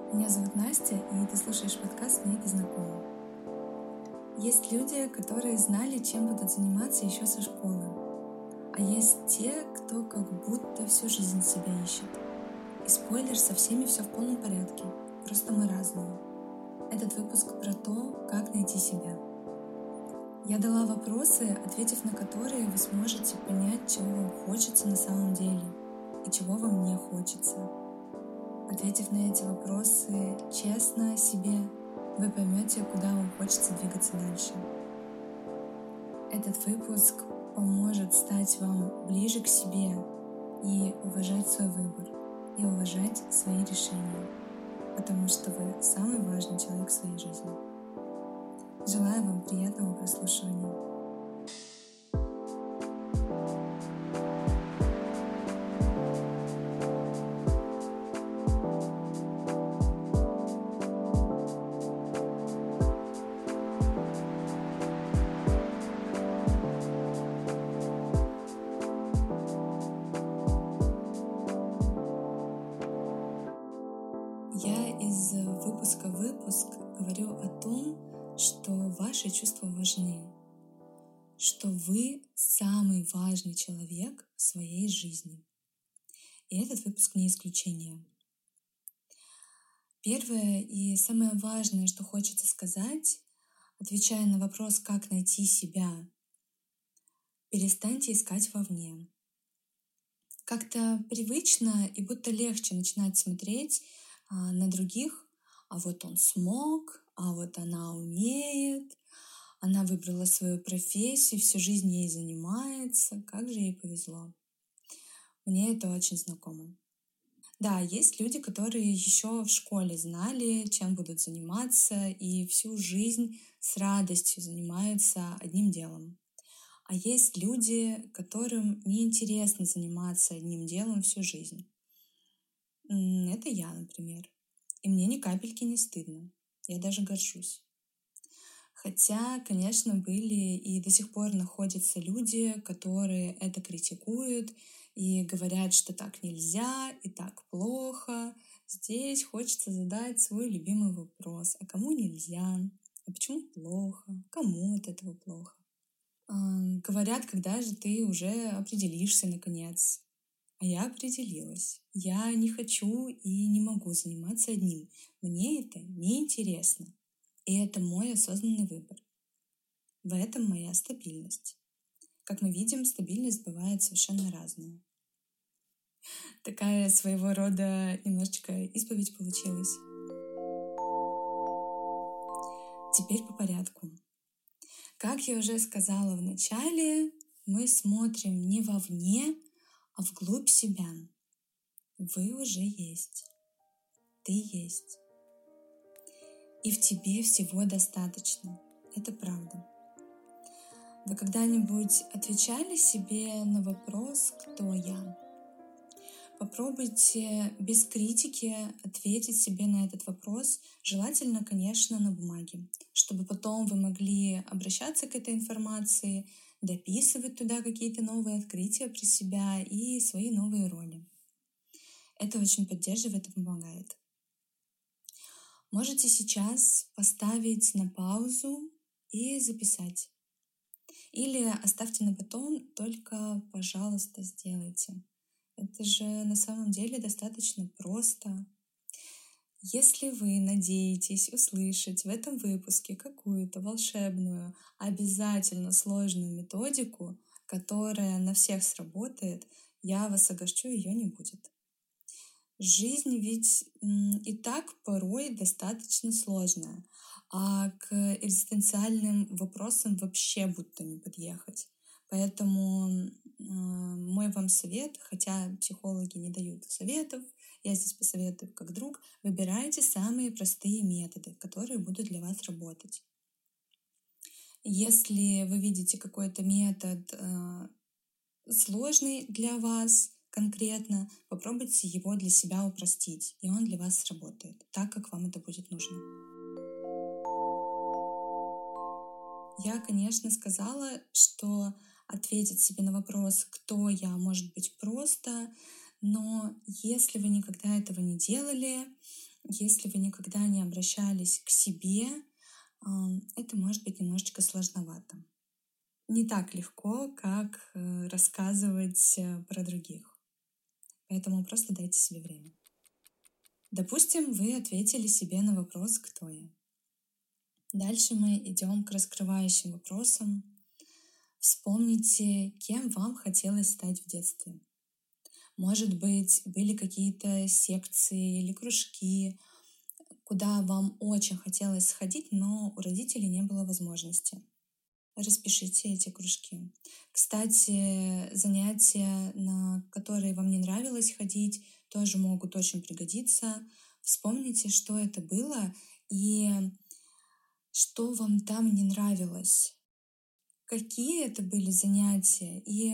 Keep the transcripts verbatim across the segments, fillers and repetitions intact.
Меня зовут Настя, и ты слушаешь подкаст «Мне это знакомо». Есть люди, которые знали, чем будут заниматься еще со школы. А есть те, кто как будто всю жизнь себя ищет. И спойлер, со всеми все в полном порядке. Просто мы разные. Этот выпуск про то, как найти себя. Я дала вопросы, ответив на которые вы сможете понять, чего вам хочется на самом деле и чего вам не хочется. Ответив на эти вопросы честно себе, вы поймете, куда вам хочется двигаться дальше. Этот выпуск поможет стать вам ближе к себе и уважать свой выбор, и уважать свои решения, потому что вы самый важный человек в своей жизни. Желаю вам приятного прослушивания. Я из выпуска в выпуск говорю о том, что ваши чувства важны, что вы самый важный человек в своей жизни. И этот выпуск не исключение. Первое и самое важное, что хочется сказать, отвечая на вопрос, как найти себя, перестаньте искать вовне. Как-то привычно и будто легче начинать смотреть а, на других, а вот он смог, а вот она умеет, она выбрала свою профессию, всю жизнь ей занимается, как же ей повезло. Мне это очень знакомо. Да, есть люди, которые еще в школе знали, чем будут заниматься, и всю жизнь с радостью занимаются одним делом. А есть люди, которым неинтересно заниматься одним делом всю жизнь. Это я, например. И мне ни капельки не стыдно. Я даже горжусь. Хотя, конечно, были и до сих пор находятся люди, которые это критикуют и говорят, что так нельзя и так плохо. Здесь хочется задать свой любимый вопрос. А кому нельзя? А почему плохо? Кому от этого плохо? Говорят, когда же ты уже определишься наконец. А я определилась. Я не хочу и не могу заниматься одним. Мне это неинтересно. И это мой осознанный выбор. В этом моя стабильность. Как мы видим, стабильность бывает совершенно разная. Такая своего рода немножечко исповедь получилась. Теперь по порядку. Как я уже сказала в начале, мы смотрим не вовне, а вглубь себя. Вы уже есть. Ты есть. И в тебе всего достаточно. Это правда. Вы когда-нибудь отвечали себе на вопрос «Кто я?». Попробуйте без критики ответить себе на этот вопрос, желательно, конечно, на бумаге, чтобы потом вы могли обращаться к этой информации, дописывать туда какие-то новые открытия про себя и свои новые роли. Это очень поддерживает и помогает. Можете сейчас поставить на паузу и записать. Или оставьте на потом, только, пожалуйста, сделайте. Это же на самом деле достаточно просто. Если вы надеетесь услышать в этом выпуске какую-то волшебную, обязательно сложную методику, которая на всех сработает, я вас огорчу, ее не будет. Жизнь ведь и так порой достаточно сложная, а к экзистенциальным вопросам вообще будто не подъехать. Поэтому э, мой вам совет, хотя психологи не дают советов, я здесь посоветую как друг, выбирайте самые простые методы, которые будут для вас работать. Если вы видите какой-то метод э, сложный для вас конкретно, попробуйте его для себя упростить, и он для вас сработает так, как вам это будет нужно. Я, конечно, сказала, что ответить себе на вопрос, кто я, может быть просто, но если вы никогда этого не делали, Если вы никогда не обращались к себе, это может быть немножечко сложновато. Не так легко, как э, рассказывать э, про других. Поэтому просто дайте себе время. Допустим, вы ответили себе на вопрос «Кто я?». Дальше мы идем к раскрывающим вопросам. Вспомните, кем вам хотелось стать в детстве. Может быть, были какие-то секции или кружки, куда вам очень хотелось сходить, но у родителей не было возможности. Распишите эти кружки. Кстати, занятия, на которые вам не нравилось ходить, тоже могут очень пригодиться. Вспомните, что это было и что вам там не нравилось. Какие это были занятия? И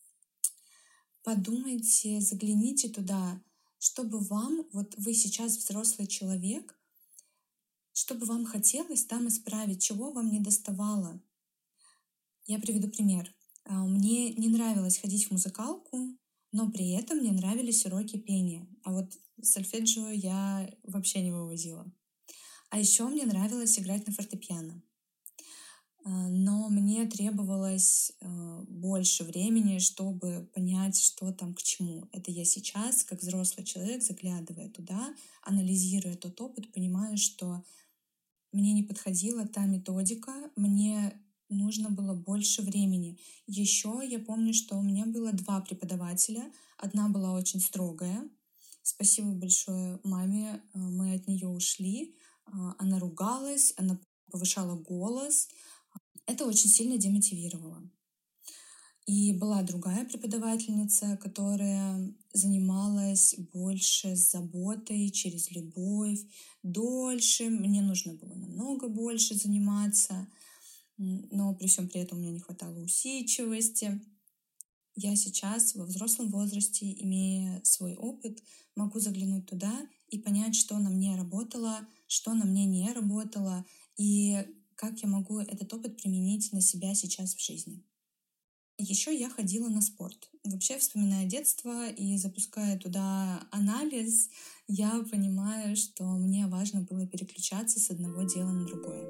подумайте, загляните туда, чтобы вам, вот вы сейчас взрослый человек, чтобы вам хотелось там исправить, чего вам не доставало. Я приведу пример. А, Мне не нравилось ходить в музыкалку, но при этом мне нравились уроки пения. А вот сольфеджио я вообще не вывозила. А еще мне нравилось играть на фортепиано. А, Но мне требовалось а, больше времени, чтобы понять, что там к чему. Это я сейчас, как взрослый человек, заглядывая туда, анализируя тот опыт, понимаю, что мне не подходила та методика, мне нужно было больше времени. Еще я помню, что у меня было два преподавателя. Одна была очень строгая. Спасибо большое маме, а, мы от нее ушли. А, Она ругалась, она повышала голос. Это очень сильно демотивировало. И была другая преподавательница, которая занималась больше с заботой, через любовь, дольше. Мне нужно было намного больше заниматься, м, но при всем при этом у меня не хватало усидчивости. Я сейчас во взрослом возрасте, имея свой опыт, могу заглянуть туда и понять, что на мне работало, что на мне не работало, и как я могу этот опыт применить на себя сейчас в жизни. Еще я ходила на спорт. Вообще, вспоминая детство и запуская туда анализ, я понимаю, что мне важно было переключаться с одного дела на другое.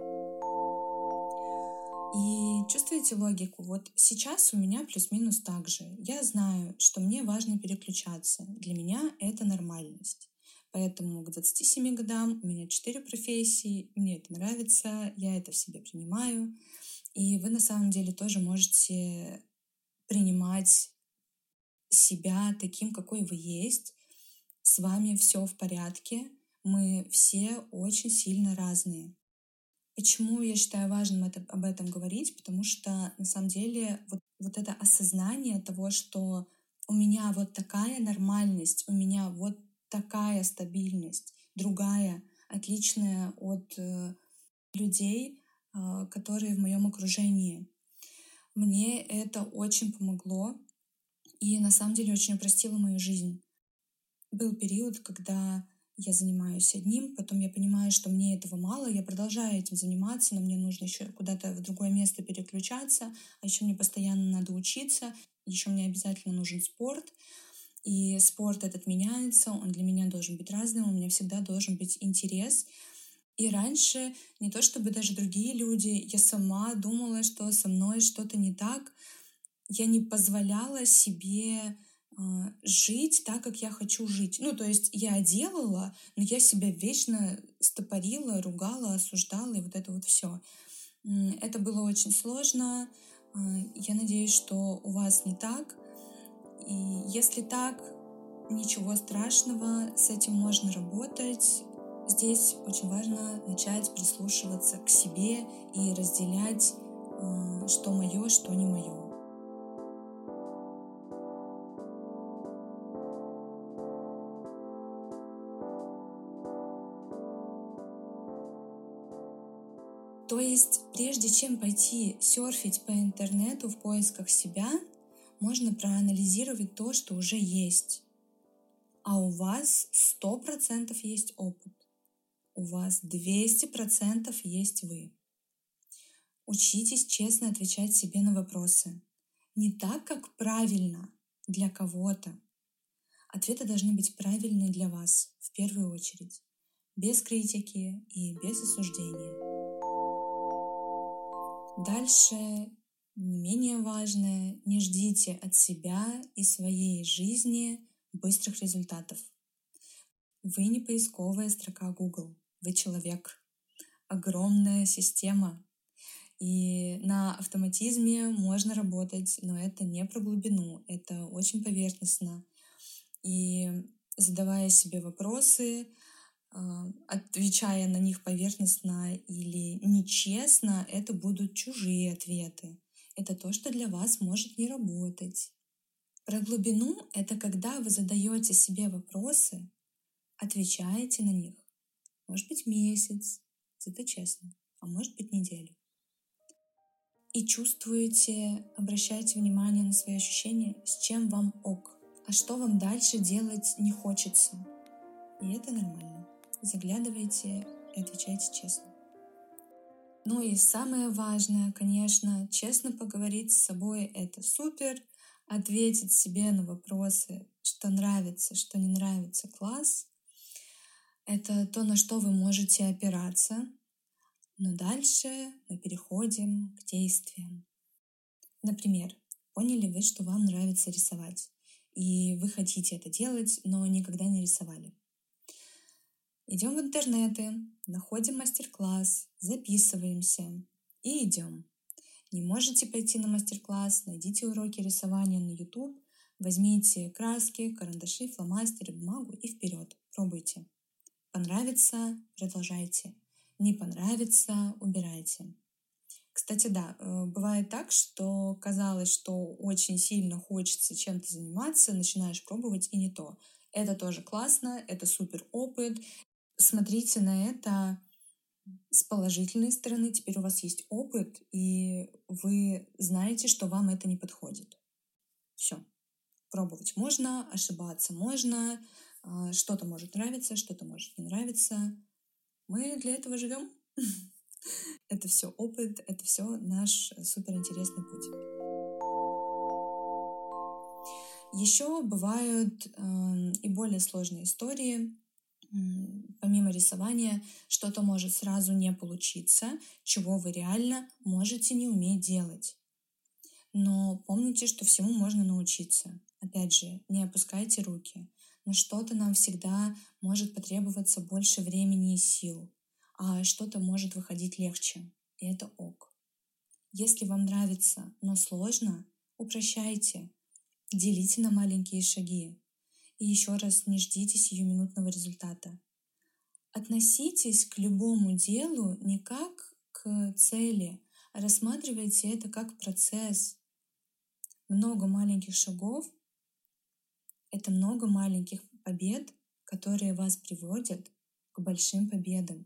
И чувствуете логику? Вот сейчас у меня плюс-минус так же. Я знаю, что мне важно переключаться. Для меня это нормальность. Поэтому к двадцати семи годам у меня четыре профессии, мне это нравится, я это в себе принимаю. И вы на самом деле тоже можете принимать себя таким, какой вы есть. С вами все в порядке. Мы все очень сильно разные. Почему я считаю важным это, об этом говорить? Потому что на самом деле вот, вот это осознание того, что у меня вот такая нормальность, у меня вот такая стабильность, другая, отличная от э, людей, э, которые в моем окружении. Мне это очень помогло и на самом деле очень упростило мою жизнь. Был период, когда я занимаюсь одним, потом я понимаю, что мне этого мало, я продолжаю этим заниматься, но мне нужно еще куда-то в другое место переключаться, а еще мне постоянно надо учиться, еще мне обязательно нужен спорт, и спорт этот меняется, он для меня должен быть разным, у меня всегда должен быть интерес. И раньше не то чтобы даже другие люди, я сама думала, что со мной что-то не так, я не позволяла себе а, жить так, как я хочу жить. Ну, то есть я делала, но я себя вечно стопорила, ругала, осуждала, и вот это вот все. Это было очень сложно. А, Я надеюсь, что у вас не так. И если так, ничего страшного, с этим можно работать. Здесь очень важно начать прислушиваться к себе и разделять, а, что мое, что не мое. То есть, прежде чем пойти серфить по интернету в поисках себя, можно проанализировать то, что уже есть. А у вас сто процентов есть опыт. У вас двести процентов есть вы. Учитесь честно отвечать себе на вопросы. Не так, как правильно для кого-то. Ответы должны быть правильные для вас в первую очередь. без критики и без осуждения. Дальше, не менее важное, не ждите от себя и своей жизни быстрых результатов. Вы не поисковая строка Google, вы человек, огромная система. И на автоматизме можно работать, но это не про глубину, это очень поверхностно. И задавая себе вопросы, отвечая на них поверхностно или нечестно, это будут чужие ответы. Это то, что для вас может не работать. Про глубину — это когда вы задаете себе вопросы, отвечаете на них. Может быть, месяц, это честно, а может быть, неделю. И чувствуете, обращаете внимание на свои ощущения, с чем вам ок, а что вам дальше делать не хочется. И это нормально. Заглядывайте и отвечайте честно. Ну и самое важное, конечно, честно поговорить с собой — это супер. Ответить себе на вопросы, что нравится, что не нравится, класс. Это то, на что вы можете опираться. Но дальше мы переходим к действиям. Например, поняли вы, что вам нравится рисовать, и вы хотите это делать, но никогда не рисовали. Идем в интернеты, находим мастер-класс, записываемся и идем. Не можете пойти на мастер-класс, найдите уроки рисования на YouTube, возьмите краски, карандаши, фломастеры, бумагу и вперед. Пробуйте. Понравится — продолжайте. Не понравится — убирайте. Кстати, да, бывает так, что казалось, что очень сильно хочется чем-то заниматься, начинаешь пробовать и не то. Это тоже классно, это супер опыт. Смотрите на это с положительной стороны. Теперь у вас есть опыт, и вы знаете, что вам это не подходит. Все. Пробовать можно, ошибаться можно, что-то может нравиться, что-то может не нравиться. Мы для этого живем. Это все опыт, это все наш суперинтересный путь. Еще бывают э, и более сложные истории. Помимо рисования, что-то может сразу не получиться, чего вы реально можете не уметь делать. Но помните, что всему можно научиться. Опять же, не опускайте руки. На что-то нам всегда может потребоваться больше времени и сил, а что-то может выходить легче, и это ок. Если вам нравится, но сложно, упрощайте, делите на маленькие шаги. И еще раз, не ждите сиюминутного результата. Относитесь к любому делу не как к цели, а рассматривайте это как процесс. Много маленьких шагов — это много маленьких побед, которые вас приводят к большим победам.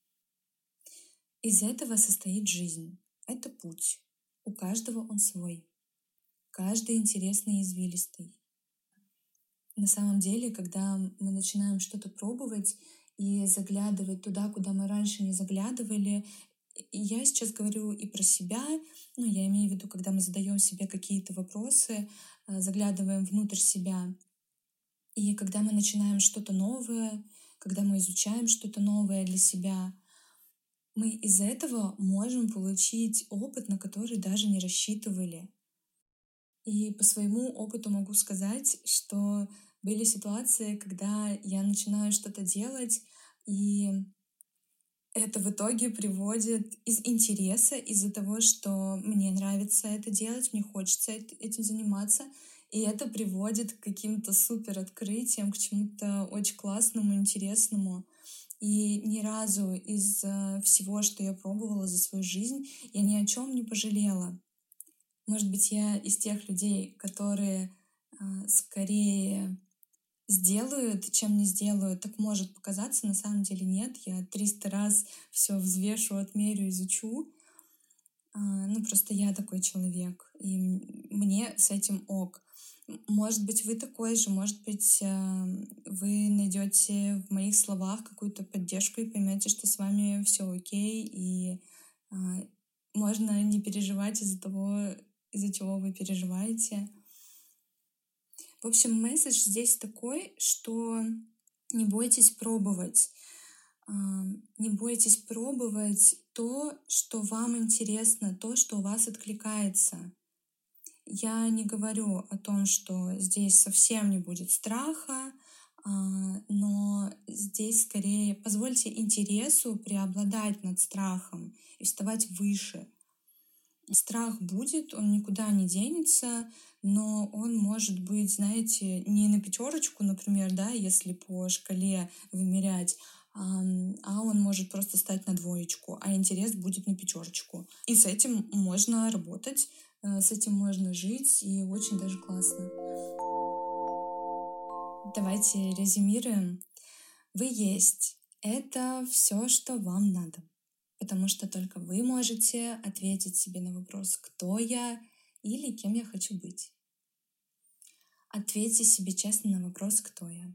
Из этого состоит жизнь. Это путь. У каждого он свой. Каждый интересный и извилистый. На самом деле, когда мы начинаем что-то пробовать и заглядывать туда, куда мы раньше не заглядывали, и я сейчас говорю и про себя, ну, я имею в виду, когда мы задаем себе какие-то вопросы, заглядываем внутрь себя, и когда мы начинаем что-то новое, когда мы изучаем что-то новое для себя, мы из этого можем получить опыт, на который даже не рассчитывали. И по своему опыту могу сказать, что были ситуации, когда я начинаю что-то делать, и это в итоге приводит из интереса, из-за того, что мне нравится это делать, мне хочется этим заниматься, и это приводит к каким-то супер открытиям, к чему-то очень классному, интересному. И ни разу из всего, что я пробовала за свою жизнь, я ни о чем не пожалела. Может быть, я из тех людей, которые скорее сделают, чем не сделают. Так может показаться, на самом деле нет. Я триста раз все взвешу, отмерю, изучу. Ну, просто я такой человек, и мне с этим ок. Может быть, вы такой же, может быть, вы найдете в моих словах какую-то поддержку и поймете, что с вами все окей, и можно не переживать из-за того, из-за чего вы переживаете. В общем, месседж здесь такой, что не бойтесь пробовать. Не бойтесь пробовать то, что вам интересно, то, что у вас откликается. Я не говорю о том, что здесь совсем не будет страха, но здесь скорее позвольте интересу преобладать над страхом и вставать выше. Страх будет, он никуда не денется, но он может быть, знаете, не на пятерочку, например, да, если по шкале вымерять, а он может просто стать на двоечку, а интерес будет на пятерочку. И с этим можно работать, с этим можно жить, и очень даже классно. Давайте резюмируем. Вы есть. Это все, что вам надо. Потому что только вы можете ответить себе на вопрос, кто я или кем я хочу быть. Ответьте себе честно на вопрос, кто я.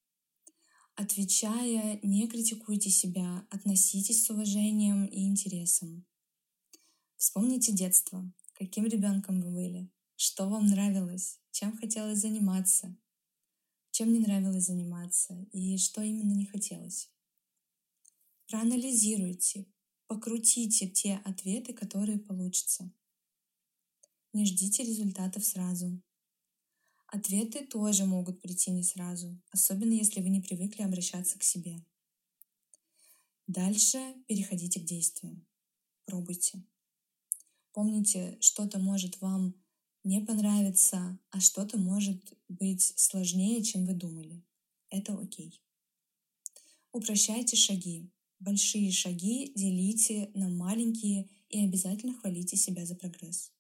Отвечая, не критикуйте себя, относитесь с уважением и интересом. Вспомните детство, каким ребенком вы были, что вам нравилось, чем хотелось заниматься, чем не нравилось заниматься и что именно не хотелось. Проанализируйте, покрутите те ответы, которые получатся. Не ждите результатов сразу. Ответы тоже могут прийти не сразу, особенно если вы не привыкли обращаться к себе. Дальше переходите к действиям. Пробуйте. Помните, что-то может вам не понравиться, а что-то может быть сложнее, чем вы думали. Это окей. Упрощайте шаги. Большие шаги делите на маленькие и обязательно хвалите себя за прогресс.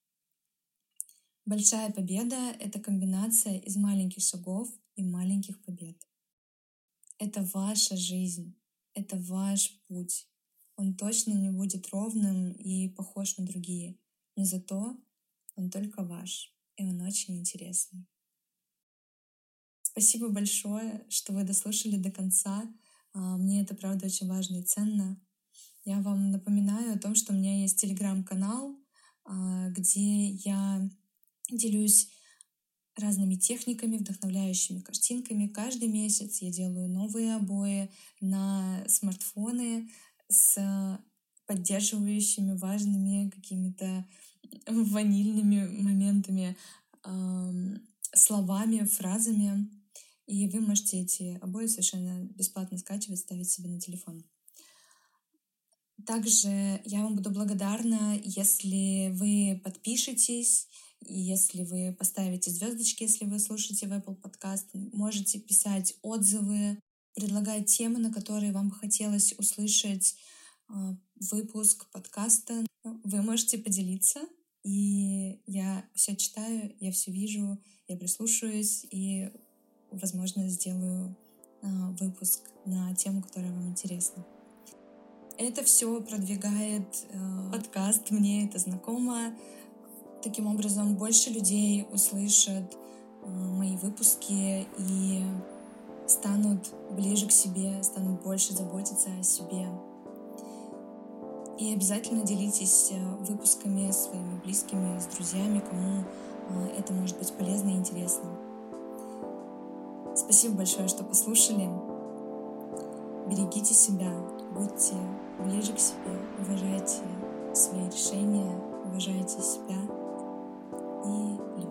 Большая победа — это комбинация из маленьких шагов и маленьких побед. Это ваша жизнь, это ваш путь. Он точно не будет ровным и похож на другие, но зато он только ваш, и он очень интересный. Спасибо большое, что вы дослушали до конца. Мне это, правда, очень важно и ценно. Я вам напоминаю о том, что у меня есть телеграм-канал, где я делюсь разными техниками, вдохновляющими картинками. Каждый месяц я делаю новые обои на смартфоны с поддерживающими важными какими-то ванильными моментами, словами, фразами. И вы можете эти обои совершенно бесплатно скачивать, ставить себе на телефон. Также я вам буду благодарна, если вы подпишетесь, если вы поставите звездочки, если вы слушаете в Apple Podcast. Можете писать отзывы, предлагать темы, на которые вам бы хотелось услышать выпуск подкаста. Вы можете поделиться, и я все читаю, я все вижу, я прислушаюсь и, возможно, сделаю выпуск на тему, которая вам интересна. Это все продвигает э, подкаст, мне это знакомо. Таким образом, больше людей услышат э, мои выпуски и станут ближе к себе, станут больше заботиться о себе. И обязательно делитесь выпусками с своими близкими, с друзьями, кому э, это может быть полезно и интересно. Спасибо большое, что послушали. Берегите себя, будьте ближе к себе, уважайте свои решения, уважайте себя и любите.